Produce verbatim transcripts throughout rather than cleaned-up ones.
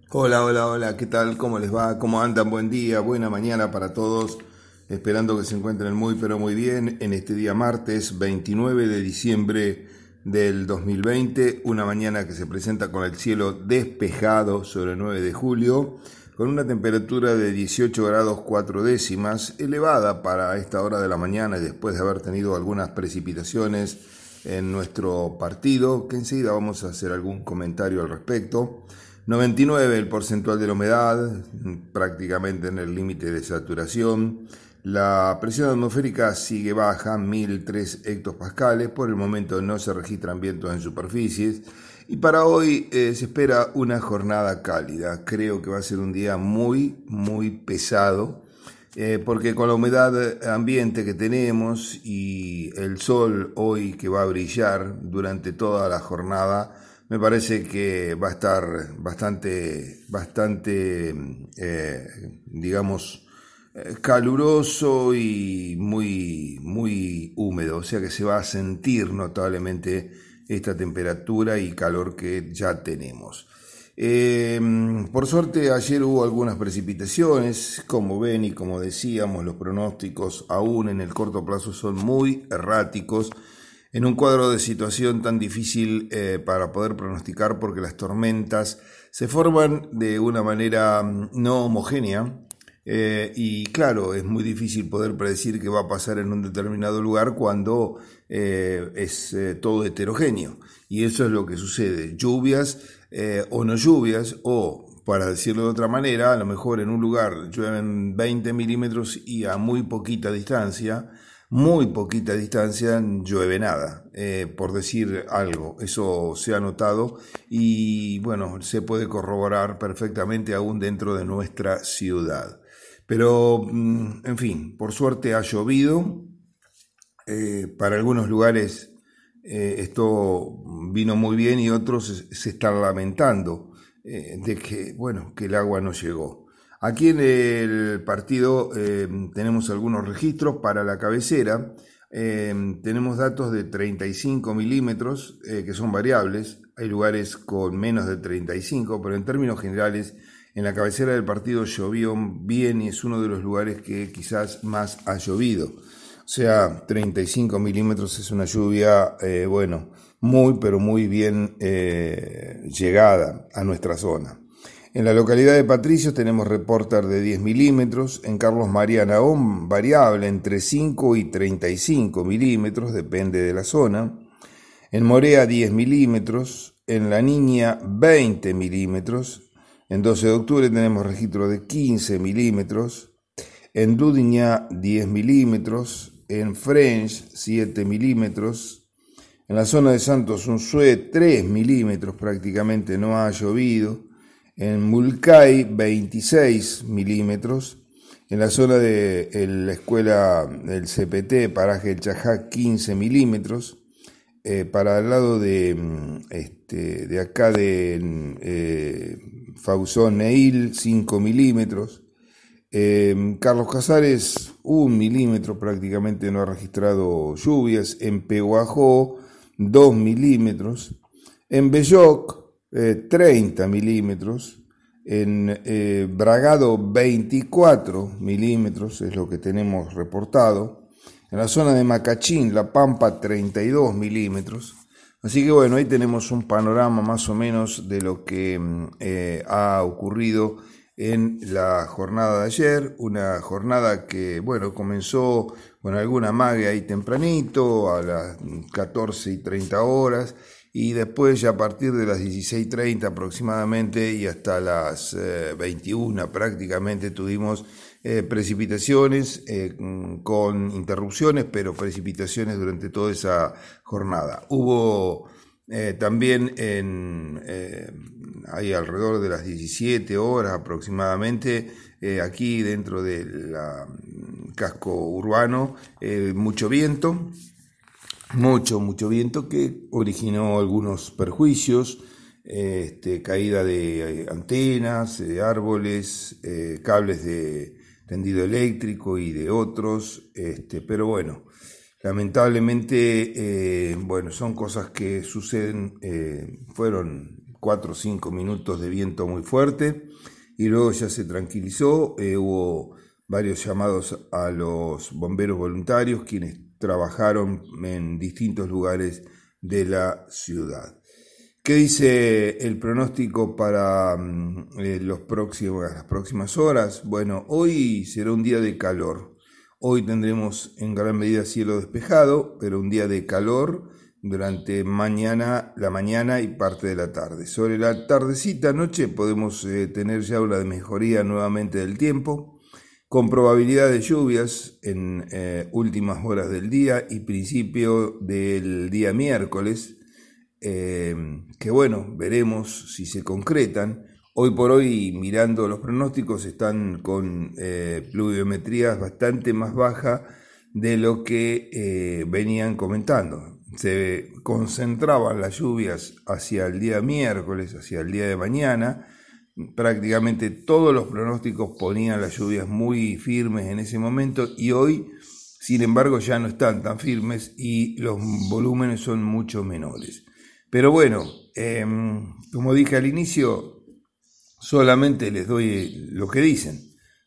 Hola, hola, hola, ¿qué tal? ¿Cómo les va? ¿Cómo andan? Buen día, buena mañana para todos. Esperando que se encuentren muy, pero muy bien en este día martes veintinueve de diciembre del dos mil veinte, una mañana que se presenta con el cielo despejado sobre el nueve de julio, con una temperatura de dieciocho grados cuatro décimas, elevada para esta hora de la mañana y después de haber tenido algunas precipitaciones en nuestro partido, que enseguida vamos a hacer algún comentario al respecto. noventa y nueve el porcentual de la humedad, prácticamente en el límite de saturación. La presión atmosférica sigue baja, mil tres hectopascales. Por el momento no se registran vientos en superficies. Y para hoy eh, se espera una jornada cálida. Creo que va a ser un día muy, muy pesado. Eh, porque con la humedad ambiente que tenemos y el sol hoy que va a brillar durante toda la jornada, me parece que va a estar bastante, bastante, eh, digamos, eh, caluroso y muy, muy húmedo. O sea que se va a sentir notablemente esta temperatura y calor que ya tenemos. Eh, por suerte ayer hubo algunas precipitaciones, como ven y como decíamos, los pronósticos aún en el corto plazo son muy erráticos en un cuadro de situación tan difícil eh, para poder pronosticar, porque las tormentas se forman de una manera no homogénea. Eh, y claro, es muy difícil poder predecir qué va a pasar en un determinado lugar cuando eh, es eh, todo heterogéneo. Y eso es lo que sucede. Lluvias eh, o no lluvias, o para decirlo de otra manera, a lo mejor en un lugar llueven veinte milímetros y a muy poquita distancia, muy poquita distancia llueve nada, eh, por decir algo. Eso se ha notado y bueno, se puede corroborar perfectamente aún dentro de nuestra ciudad. Pero, en fin, por suerte ha llovido. Eh, para algunos lugares eh, esto vino muy bien y otros se están lamentando eh, de que, bueno, que el agua no llegó. Aquí en el partido eh, tenemos algunos registros para la cabecera. Eh, tenemos datos de treinta y cinco milímetros eh, que son variables. Hay lugares con menos de treinta y cinco, pero en términos generales en la cabecera del partido llovió bien y es uno de los lugares que quizás más ha llovido. O sea, treinta y cinco milímetros es una lluvia, eh, bueno, muy, pero muy bien eh, llegada a nuestra zona. En la localidad de Patricios tenemos reporter de diez milímetros, en Carlos María Nahón variable entre cinco y treinta y cinco milímetros, depende de la zona. En Morea diez milímetros, en La Niña veinte milímetros, en doce de octubre tenemos registro de quince milímetros, en Dudiña diez milímetros, en French siete milímetros, en la zona de Santos Unzué tres milímetros prácticamente no ha llovido, en Mulcay veintiséis milímetros, en la zona de la escuela del C P T, paraje El Chajá, quince milímetros, eh, para el lado de, este, de acá de eh, Fausón Neil, cinco milímetros, Eh, Carlos Casares, un milímetro prácticamente no ha registrado lluvias. En Pehuajó, dos milímetros. En Belloc, eh, treinta milímetros. En eh, Bragado, veinticuatro milímetros, es lo que tenemos reportado. En la zona de Macachín, La Pampa, treinta y dos milímetros. Así que bueno, ahí tenemos un panorama más o menos de lo que eh, ha ocurrido en la jornada de ayer, una jornada que, bueno, comenzó con alguna magia ahí tempranito, a las catorce y treinta horas, y después ya a partir de las dieciséis y treinta aproximadamente y hasta las eh, veintiuna prácticamente tuvimos eh, precipitaciones eh, con interrupciones, pero precipitaciones durante toda esa jornada. Hubo eh, también en... Eh, hay alrededor de las diecisiete horas aproximadamente, eh, aquí dentro del casco urbano, eh, mucho viento, mucho, mucho viento que originó algunos perjuicios, eh, este, caída de eh, antenas, de árboles, eh, cables de tendido eléctrico y de otros, este, pero bueno, lamentablemente, eh, bueno, son cosas que suceden, eh, fueron cuatro o cinco minutos de viento muy fuerte y luego ya se tranquilizó. Eh, hubo varios llamados a los bomberos voluntarios, quienes trabajaron en distintos lugares de la ciudad. ¿Qué dice el pronóstico para eh, los próximos, las próximas horas? Bueno, hoy será un día de calor. Hoy tendremos en gran medida cielo despejado, pero un día de calor durante mañana, la mañana y parte de la tarde. Sobre la tardecita, noche, podemos eh, tener ya una mejoría nuevamente del tiempo, con probabilidad de lluvias en eh, últimas horas del día y principio del día miércoles, eh, que bueno, veremos si se concretan. Hoy por hoy, mirando los pronósticos, están con eh, pluviometrías bastante más bajas de lo que eh, venían comentando. Se concentraban las lluvias hacia el día miércoles, hacia el día de mañana. Prácticamente todos los pronósticos ponían las lluvias muy firmes en ese momento y hoy, sin embargo, ya no están tan firmes y los volúmenes son mucho menores. Pero bueno, eh, como dije al inicio, solamente les doy lo que dicen.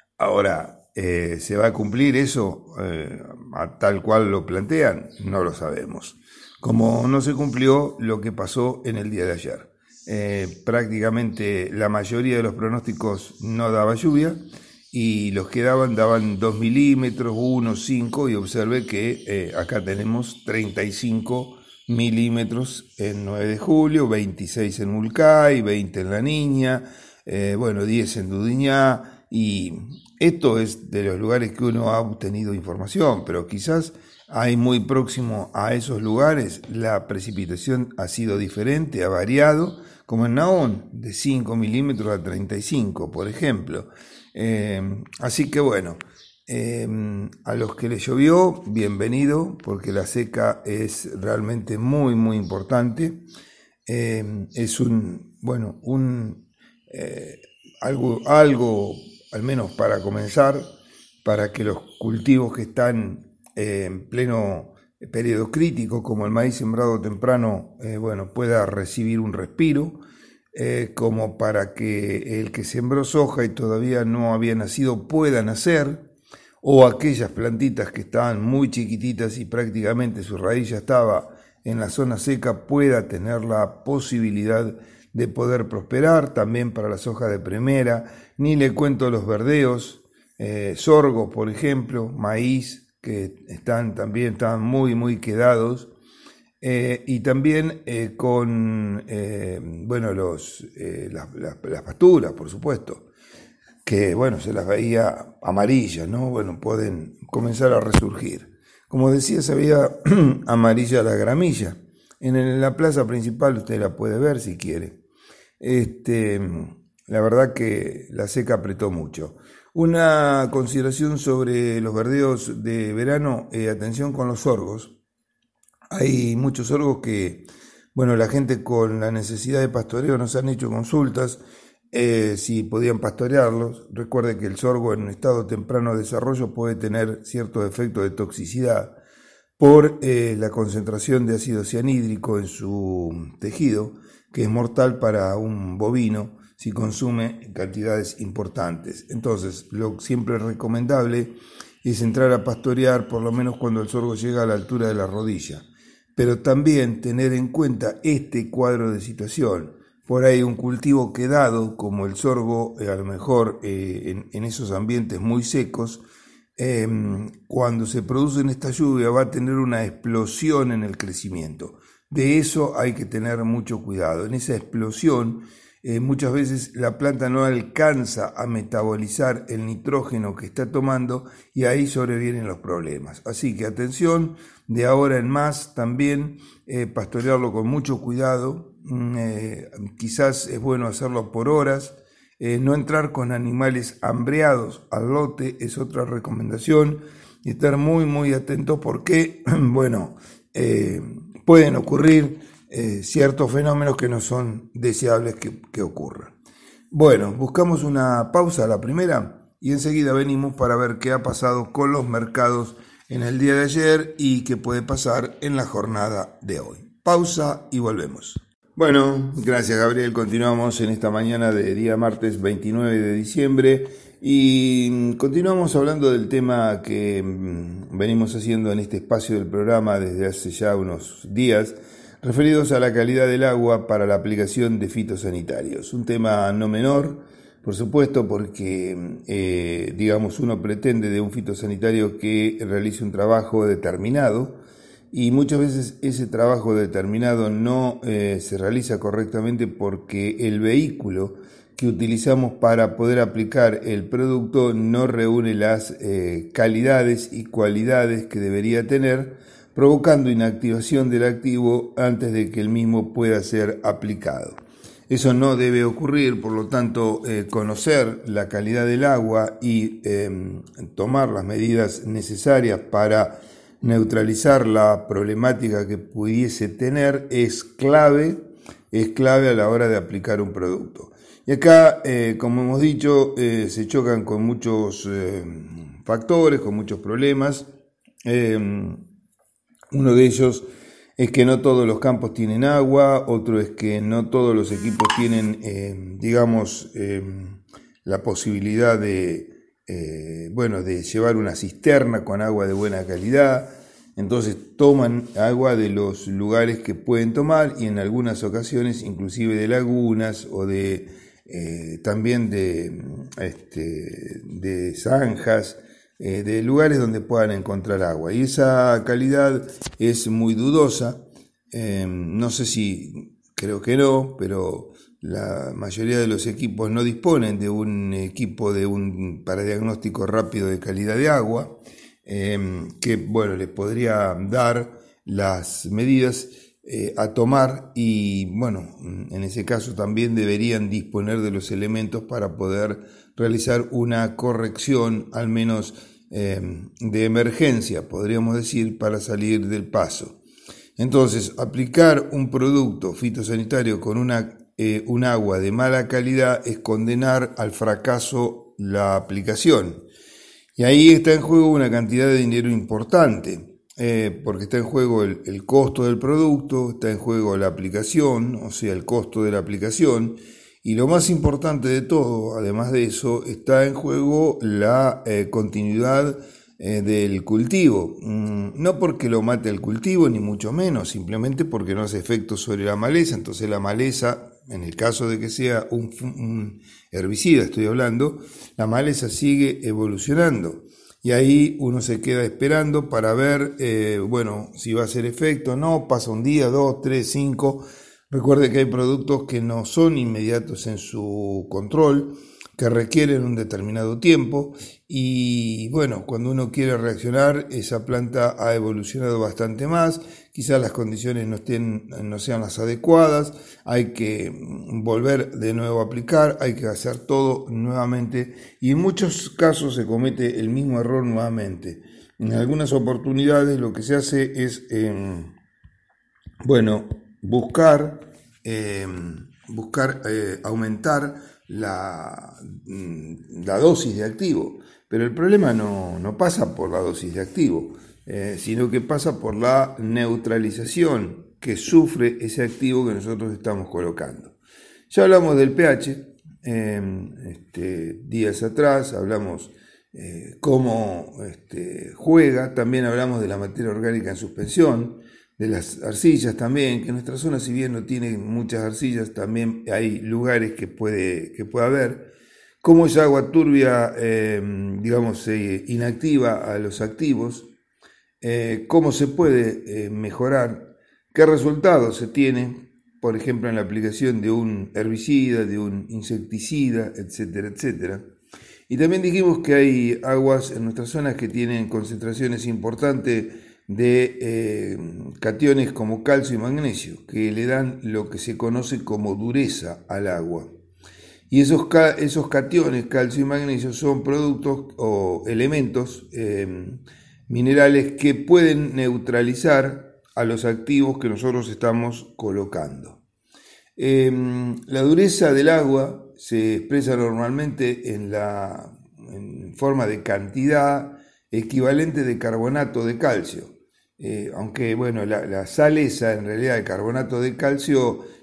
Ahora, eh, ¿se va a cumplir eso eh, a tal cual lo plantean? No lo sabemos. Como no se cumplió lo que pasó en el día de ayer. Eh, prácticamente la mayoría de los pronósticos no daba lluvia y los que daban daban dos milímetros, uno, cinco, y observe que eh, acá tenemos treinta y cinco milímetros en nueve de julio, veintiséis en Mulcay, veinte en La Niña, eh, bueno, diez en Dudiñá, y esto es de los lugares que uno ha obtenido información, pero quizás hay muy próximo a esos lugares la precipitación ha sido diferente, ha variado, como en Nahón, de cinco milímetros a treinta y cinco, por ejemplo. Eh, así que bueno, eh, a los que les llovió, bienvenido, porque la seca es realmente muy, muy importante. Eh, es un, bueno, un, eh, algo, algo, al menos para comenzar, para que los cultivos que están eh, en pleno periodo crítico, como el maíz sembrado temprano, eh, bueno, pueda recibir un respiro, eh, como para que el que sembró soja y todavía no había nacido pueda nacer, o aquellas plantitas que estaban muy chiquititas y prácticamente su raíz ya estaba en la zona seca pueda tener la posibilidad de poder prosperar, también para la soja de primera, ni le cuento los verdeos, eh, sorgo, por ejemplo, maíz, que están también están muy muy quedados, eh, y también eh, con eh, bueno los eh, las, las, las pasturas, por supuesto, que bueno, se las veía amarillas, ¿no? Bueno, pueden comenzar a resurgir. Como decía, se veía amarilla la gramilla. En, en la plaza principal usted la puede ver si quiere. Este, la verdad que la seca apretó mucho. Una consideración sobre los verdeos de verano, eh, atención con los sorgos. Hay muchos sorgos que, bueno, la gente con la necesidad de pastoreo nos han hecho consultas eh, si podían pastorearlos. Recuerde que el sorgo en un estado temprano de desarrollo puede tener ciertos efectos de toxicidad por eh, la concentración de ácido cianhídrico en su tejido, que es mortal para un bovino si consume cantidades importantes. Entonces, lo siempre recomendable es entrar a pastorear por lo menos cuando el sorgo llega a la altura de la rodilla. Pero también tener en cuenta este cuadro de situación. Por ahí un cultivo quedado, como el sorgo, eh, a lo mejor eh, en, en esos ambientes muy secos, eh, cuando se produce esta lluvia va a tener una explosión en el crecimiento. De eso hay que tener mucho cuidado. En esa explosión, Eh, muchas veces la planta no alcanza a metabolizar el nitrógeno que está tomando y ahí sobrevienen los problemas. Así que atención, de ahora en más también eh, pastorearlo con mucho cuidado. Eh, quizás es bueno hacerlo por horas, eh, no entrar con animales hambreados al lote es otra recomendación, y estar muy muy atentos porque, bueno, eh, pueden ocurrir Eh, ciertos fenómenos que no son deseables que, que ocurran. Bueno, buscamos una pausa, la primera, y enseguida venimos para ver qué ha pasado con los mercados en el día de ayer y qué puede pasar en la jornada de hoy. Pausa y volvemos. Bueno, gracias Gabriel. Continuamos en esta mañana de día martes veintinueve de diciembre y continuamos hablando del tema que venimos haciendo en este espacio del programa desde hace ya unos días, referidos a la calidad del agua para la aplicación de fitosanitarios. Un tema no menor, por supuesto, porque eh, digamos uno pretende de un fitosanitario que realice un trabajo determinado, y muchas veces ese trabajo determinado no eh, se realiza correctamente porque el vehículo que utilizamos para poder aplicar el producto no reúne las eh, calidades y cualidades que debería tener, provocando inactivación del activo antes de que el mismo pueda ser aplicado. Eso no debe ocurrir, por lo tanto, eh, conocer la calidad del agua y eh, tomar las medidas necesarias para neutralizar la problemática que pudiese tener es clave, es clave a la hora de aplicar un producto. Y acá, eh, como hemos dicho, eh, se chocan con muchos eh, factores, con muchos problemas. Eh, uno de ellos es que no todos los campos tienen agua, otro es que no todos los equipos tienen, eh, digamos, eh, la posibilidad de Eh, bueno, de llevar una cisterna con agua de buena calidad. Entonces toman agua de los lugares que pueden tomar y en algunas ocasiones inclusive de lagunas o de eh, también de, este, de zanjas, eh, de lugares donde puedan encontrar agua. Y esa calidad es muy dudosa. Eh, no sé si, creo que no, pero la mayoría de los equipos no disponen de un equipo de un, para diagnóstico rápido de calidad de agua, eh, que bueno, les podría dar las medidas eh, a tomar y bueno, en ese caso también deberían disponer de los elementos para poder realizar una corrección, al menos eh, de emergencia, podríamos decir, para salir del paso. Entonces, aplicar un producto fitosanitario con una Eh, un agua de mala calidad es condenar al fracaso la aplicación. Y ahí está en juego una cantidad de dinero importante, eh, porque está en juego el, el costo del producto, está en juego la aplicación, o sea, el costo de la aplicación, y lo más importante de todo, además de eso, está en juego la eh, continuidad eh, del cultivo. Mm, no porque lo mate el cultivo, ni mucho menos, simplemente porque no hace efecto sobre la maleza. Entonces la maleza, en el caso de que sea un, un herbicida, estoy hablando, la maleza sigue evolucionando. Y ahí uno se queda esperando para ver, eh, bueno, si va a hacer efecto o no. Pasa un día, dos, tres, cinco. Recuerde que hay productos que no son inmediatos en su control, que requieren un determinado tiempo y bueno, cuando uno quiere reaccionar, esa planta ha evolucionado bastante más, quizás las condiciones no, estén, no sean las adecuadas, hay que volver de nuevo a aplicar, hay que hacer todo nuevamente y en muchos casos se comete el mismo error nuevamente. En algunas oportunidades lo que se hace es, eh, bueno, buscar, eh, buscar eh, aumentar La, la dosis de activo, pero el problema no, no pasa por la dosis de activo, eh, sino que pasa por la neutralización que sufre ese activo que nosotros estamos colocando. Ya hablamos del pH, eh, este, días atrás, hablamos eh, cómo este, juega, también hablamos de la materia orgánica en suspensión, de las arcillas también, que nuestra zona, si bien no tiene muchas arcillas, también hay lugares que puede, que puede haber. Cómo esa agua turbia, eh, digamos, se inactiva a los activos, eh, cómo se puede eh, mejorar, qué resultados se tiene, por ejemplo, en la aplicación de un herbicida, de un insecticida, etcétera, etcétera. Y también dijimos que hay aguas en nuestras zonas que tienen concentraciones importantes de eh, cationes como calcio y magnesio, que le dan lo que se conoce como dureza al agua. Y esos, esos cationes, calcio y magnesio, son productos o elementos eh, minerales que pueden neutralizar a los activos que nosotros estamos colocando. Eh, la dureza del agua se expresa normalmente en, la, en forma de cantidad equivalente de carbonato de calcio. Eh, aunque bueno, la, la sal esa, en realidad el carbonato de calcio,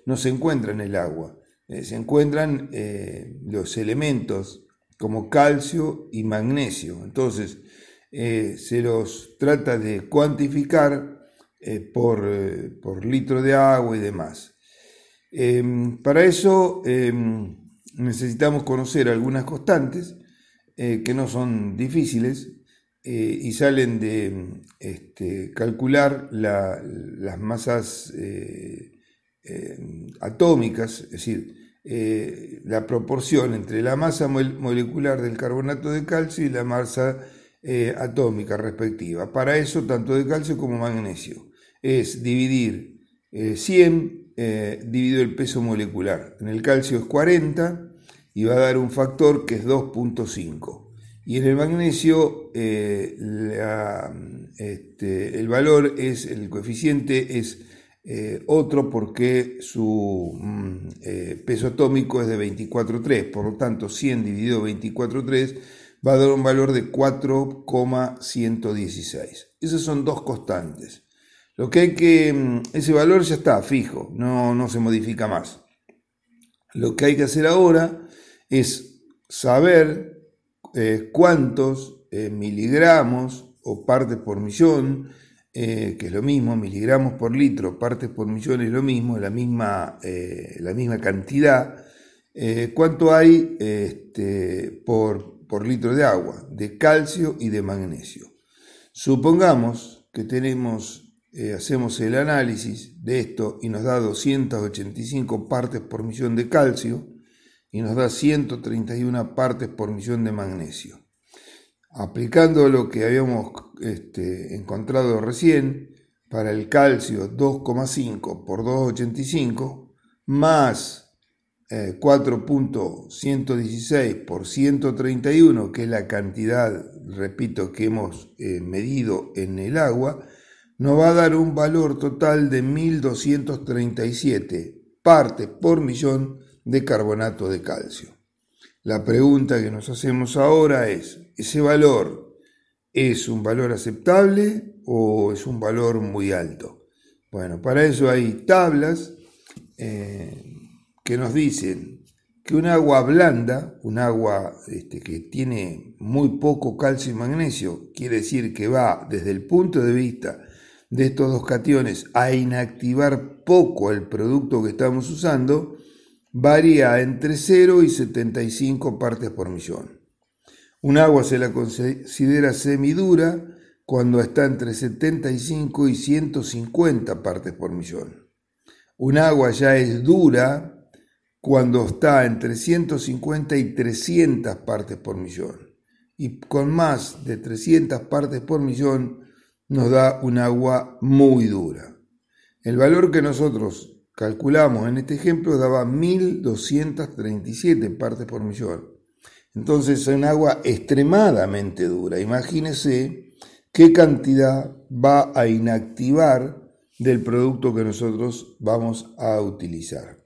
no se encuentra en el agua, eh, se encuentran eh, los elementos como calcio y magnesio. Entonces eh, se los trata de cuantificar eh, por, eh, por litro de agua y demás. Eh, para eso eh, necesitamos conocer algunas constantes eh, que no son difíciles eh, y salen de este, calcular la, las masas eh, eh, atómicas, es decir, eh, la proporción entre la masa molecular del carbonato de calcio y la masa eh, atómica respectiva. Para eso, tanto de calcio como magnesio, es dividir eh, cien Eh, dividido el peso molecular. En el calcio es cuarenta y va a dar un factor que es dos punto cinco. Y en el magnesio eh, la, este, el valor es, el coeficiente es eh, otro porque su mm, eh, peso atómico es de veinticuatro punto tres. Por lo tanto, cien dividido veinticuatro punto tres va a dar un valor de cuatro coma ciento dieciséis. Esas son dos constantes. Lo que hay que, ese valor ya está fijo, no, no se modifica más. Lo que hay que hacer ahora es saber eh, cuántos eh, miligramos o partes por millón, eh, que es lo mismo, miligramos por litro, partes por millón es lo mismo, la misma, eh, la misma cantidad, eh, cuánto hay este, por, por litro de agua, de calcio y de magnesio. Supongamos que tenemos... Eh, hacemos el análisis de esto y nos da doscientas ochenta y cinco partes por millón de calcio y nos da ciento treinta y una partes por millón de magnesio. Aplicando lo que habíamos este, encontrado recién, para el calcio dos coma cinco por doscientos ochenta y cinco más eh, cuatro punto ciento dieciséis por ciento treinta y uno, que es la cantidad, repito, que hemos eh, medido en el agua, nos va a dar un valor total de mil doscientos treinta y siete partes por millón de carbonato de calcio. La pregunta que nos hacemos ahora es, ¿ese valor es un valor aceptable o es un valor muy alto? Bueno, para eso hay tablas eh, que nos dicen que un agua blanda, un agua este, que tiene muy poco calcio y magnesio, quiere decir que va desde el punto de vista de estos dos cationes a inactivar poco el producto que estamos usando, varía entre cero y setenta y cinco partes por millón. Un agua se la considera semidura cuando está entre setenta y cinco y ciento cincuenta partes por millón. Un agua ya es dura cuando está entre ciento cincuenta y trescientas partes por millón. Y con más de trescientas partes por millón nos da un agua muy dura. El valor que nosotros calculamos en este ejemplo daba mil doscientas treinta y siete partes por millón. Entonces es un agua extremadamente dura. Imagínense qué cantidad va a inactivar del producto que nosotros vamos a utilizar.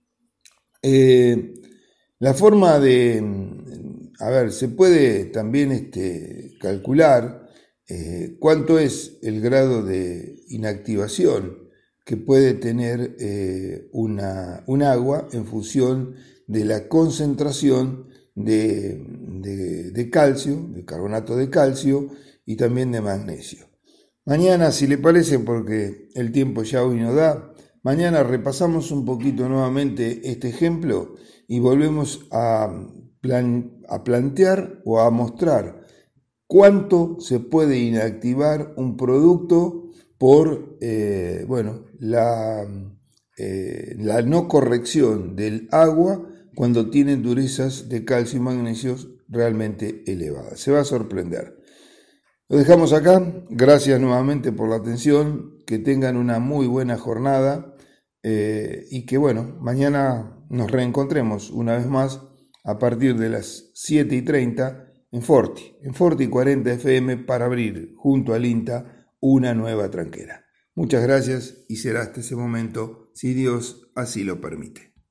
Eh, la forma de, a ver, se puede también este, calcular Eh, cuánto es el grado de inactivación que puede tener eh, una, un agua en función de la concentración de, de, de calcio, de carbonato de calcio y también de magnesio. Mañana, si le parece, porque el tiempo ya hoy no da, mañana repasamos un poquito nuevamente este ejemplo y volvemos a, plan, a plantear o a mostrar cuánto se puede inactivar un producto por eh, bueno, la, eh, la no corrección del agua cuando tienen durezas de calcio y magnesio realmente elevadas. Se va a sorprender. Lo dejamos acá. Gracias nuevamente por la atención. Que tengan una muy buena jornada eh, y que bueno, mañana nos reencontremos una vez más a partir de las siete y treinta en Forti, en Forti cuarenta F M para abrir junto al INTA una nueva tranquera. Muchas gracias y será hasta ese momento, si Dios así lo permite.